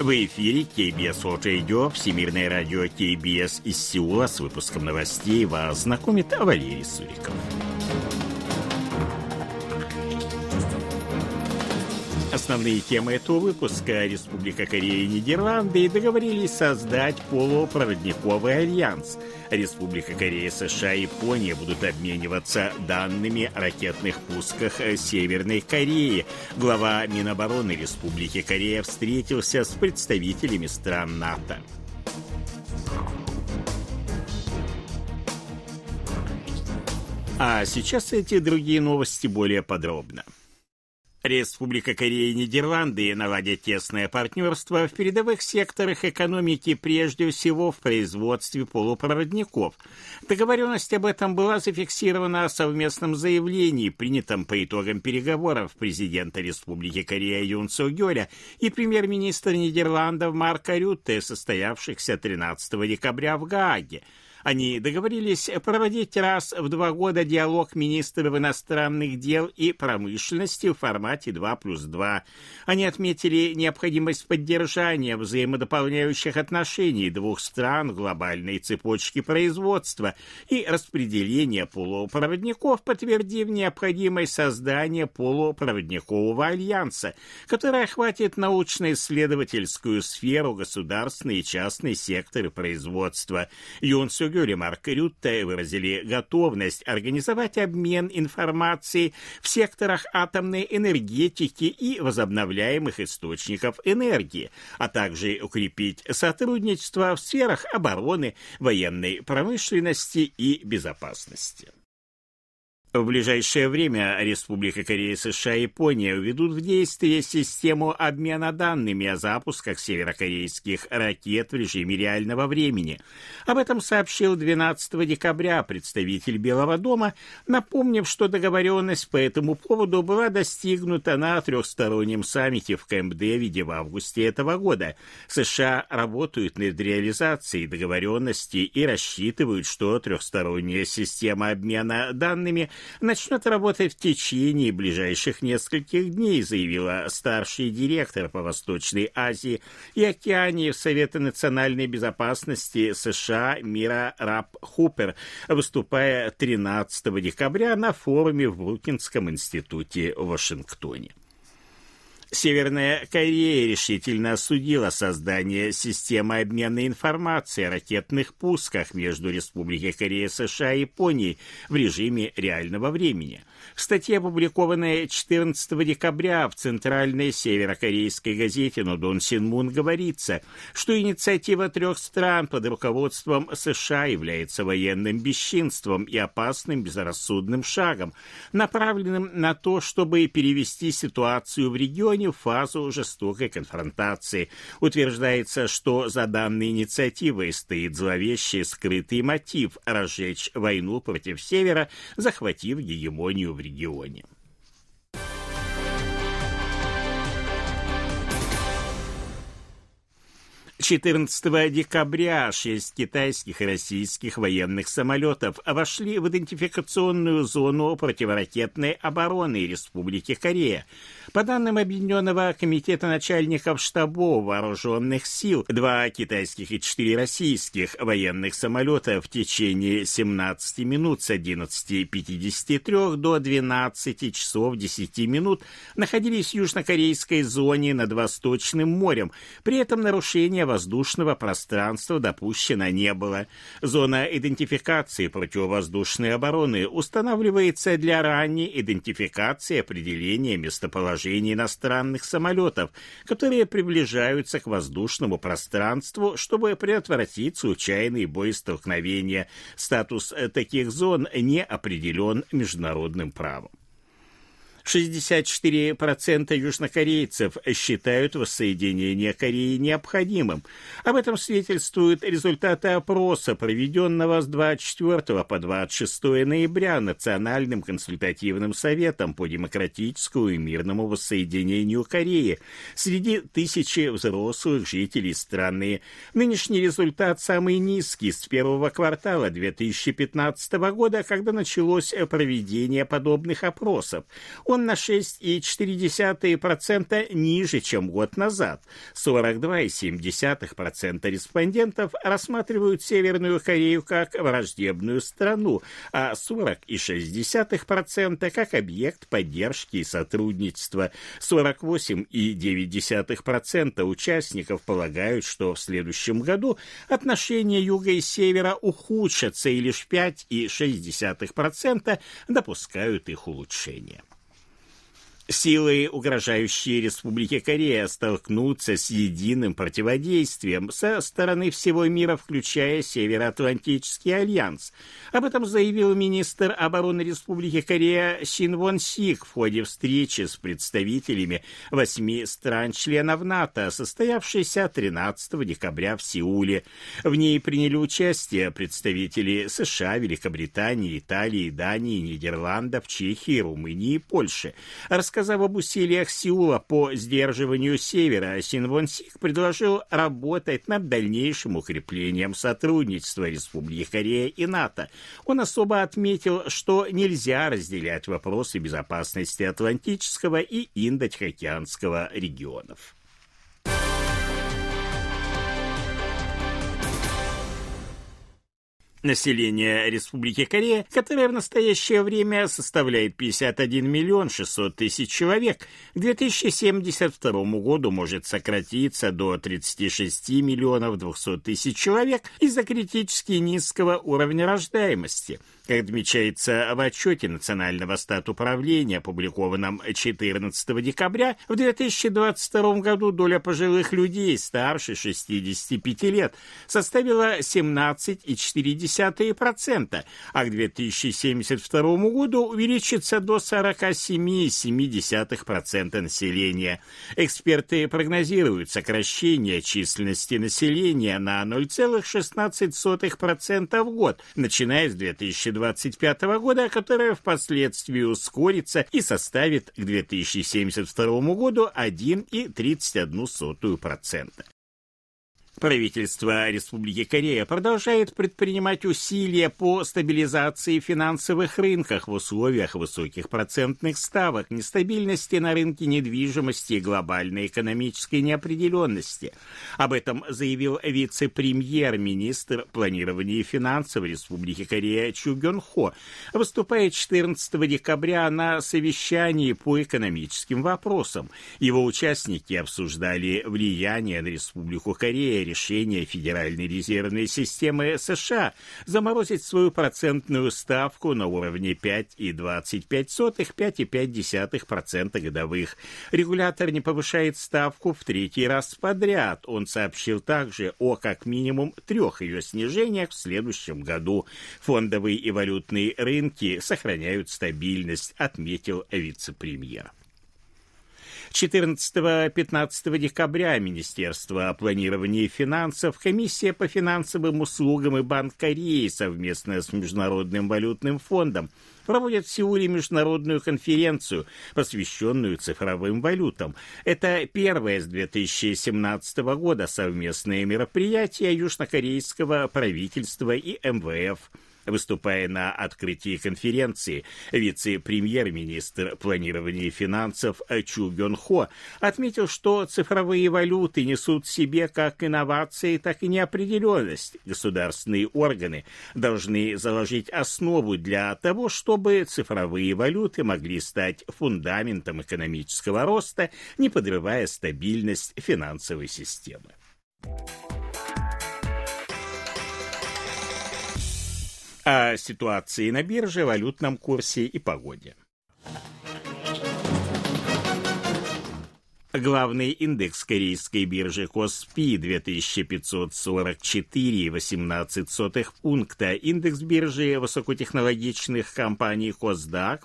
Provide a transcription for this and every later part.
В эфире KBS World Radio, всемирное радио KBS из Сеула. С выпуском новостей вас знакомит Валерий Суриков. Основные темы этого выпуска. Республика Корея и Нидерланды договорились создать полупроводниковый альянс. Республика Корея, США и Япония будут обмениваться данными о ракетных пусках Северной Кореи. Глава Минобороны Республики Корея встретился с представителями стран НАТО. А сейчас эти и другие новости более подробно. Республика Корея и Нидерланды наладят тесное партнерство в передовых секторах экономики, прежде всего в производстве полупроводников. Договоренность об этом была зафиксирована в совместном заявлении, принятом по итогам переговоров президента Республики Корея Юн Сук Йоля и премьер-министра Нидерландов Марка Рютте, состоявшихся 13 декабря в Гааге. Они договорились проводить раз в 2 года диалог министров иностранных дел и промышленности в формате 2+2. Они отметили необходимость поддержания взаимодополняющих отношений двух стран в глобальной цепочке производства и распределения полупроводников, подтвердив необходимость создания полупроводникового альянса, который охватит научно-исследовательскую сферу, государственный и частный секторы производства. Юн Сук Йоль и Марк Рютте выразили готовность организовать обмен информацией в секторах атомной энергетики и возобновляемых источников энергии, а также укрепить сотрудничество в сферах обороны, военной промышленности и безопасности. В ближайшее время Республика Корея, США и Япония введут в действие систему обмена данными о запусках северокорейских ракет в режиме реального времени. Об этом сообщил 12 декабря представитель Белого дома, напомнив, что договоренность по этому поводу была достигнута на трехстороннем саммите в Кэмп-Дэвиде в августе этого года. США работают над реализацией договоренности и рассчитывают, что трехсторонняя система обмена данными начнет работать в течение ближайших нескольких дней, заявила старший директор по Восточной Азии и Океании Совета национальной безопасности США Мира Рап Хупер, выступая 13 декабря на форуме в Брукинском институте в Вашингтоне. Северная Корея решительно осудила создание системы обмена информацией о ракетных пусках между Республикой Корея, США и Японией в режиме реального времени. В статье, опубликованной 14 декабря в центральной северокорейской газете «Нодон Синмун», говорится, что инициатива 3 стран под руководством США является военным бесчинством и опасным безрассудным шагом, направленным на то, чтобы перевести ситуацию в регионе в фазу жестокой конфронтации. Утверждается, что за данной инициативой стоит зловещий скрытый мотив – разжечь войну против Севера, захватив гегемонию в регионе. 14 декабря 6 китайских и российских военных самолетов вошли в идентификационную зону противоракетной обороны Республики Корея. По данным Объединенного комитета начальников штабов вооруженных сил, 2 китайских и 4 российских военных самолета в течение 17 минут с 11:53 до 12 часов 10 минут находились в южнокорейской зоне над Восточным морем. При этом нарушения воздушного пространства допущено не было. Зона идентификации противовоздушной обороны устанавливается для ранней идентификации и определения местоположения иностранных самолетов, которые приближаются к воздушному пространству, чтобы предотвратить случайные боестолкновения. Статус таких зон не определен международным правом. 64% южнокорейцев считают воссоединение Кореи необходимым. Об этом свидетельствуют результаты опроса, проведенного с 24 по 26 ноября Национальным консультативным советом по демократическому и мирному воссоединению Кореи среди 1000 взрослых жителей страны. Нынешний результат самый низкий с первого квартала 2015 года, когда началось проведение подобных опросов. Он на 6,4% ниже, чем год назад. 42,7% респондентов рассматривают Северную Корею как враждебную страну, а 40,6% как объект поддержки и сотрудничества. 48,9% участников полагают, что в следующем году отношения Юга и Севера ухудшатся, и лишь 5,6% допускают их улучшения. Силы, угрожающие Республике Корея, столкнутся с единым противодействием со стороны всего мира, включая Североатлантический альянс. Об этом заявил министр обороны Республики Корея Син Вон Сик в ходе встречи с представителями 8 стран-членов НАТО, состоявшейся 13 декабря в Сеуле. В ней приняли участие представители США, Великобритании, Италии, Дании, Нидерландов, Чехии, Румынии и Польши. Рассказав об усилиях Сеула по сдерживанию Севера, Син Вон Сик предложил работать над дальнейшим укреплением сотрудничества Республики Корея и НАТО. Он особо отметил, что нельзя разделять вопросы безопасности Атлантического и Индо-Тихоокеанского регионов. Население Республики Корея, которое в настоящее время составляет 51 миллион 600 тысяч человек, к 2072 году может сократиться до 36 миллионов 200 тысяч человек из-за критически низкого уровня рождаемости. Как отмечается в отчете Национального статуправления, опубликованном 14 декабря, в 2022 году доля пожилых людей старше 65 лет составила 17,4%, а к 2072 году увеличится до 47,7% населения. Эксперты прогнозируют сокращение численности населения на 0,16% в год, начиная с 2025 года, которое впоследствии ускорится и составит к 2072 году 1,31%. Правительство Республики Корея продолжает предпринимать усилия по стабилизации финансовых рынков в условиях высоких процентных ставок, нестабильности на рынке недвижимости и глобальной экономической неопределенности. Об этом заявил вице-премьер-министр планирования и финансов Республики Корея Чу Гён Хо, выступая 14 декабря на совещании по экономическим вопросам. Его участники обсуждали влияние на Республику Корея решение Федеральной резервной системы США заморозить свою процентную ставку на уровне 5,25-5,5% годовых. Регулятор не повышает ставку в третий раз подряд. Он сообщил также о как минимум 3 ее снижениях в следующем году. Фондовые и валютные рынки сохраняют стабильность, отметил вице-премьер. 14-15 декабря Министерство планирования и финансов, Комиссия по финансовым услугам и Банк Кореи совместно с Международным валютным фондом проводят в Сеуле международную конференцию, посвященную цифровым валютам. Это первое с 2017 года совместное мероприятие южнокорейского правительства и МВФ. Выступая на открытии конференции, вице-премьер-министр планирования и финансов Чу Гён Хо отметил, что цифровые валюты несут в себе как инновации, так и неопределенность. Государственные органы должны заложить основу для того, чтобы цифровые валюты могли стать фундаментом экономического роста, не подрывая стабильность финансовой системы. О ситуации на бирже, валютном курсе и погоде. Главный индекс корейской биржи Коспи 2544,18 пункта, индекс биржи высокотехнологичных компаний Косдак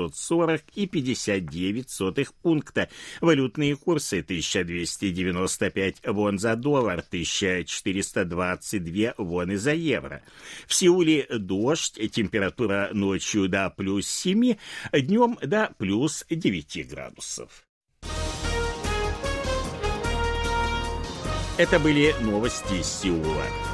840,59 пункта, валютные курсы 1295 вон за доллар, 1422 воны за евро. В Сеуле дождь, температура ночью до плюс 7, днем до плюс 9 градусов. Это были новости из Сеула.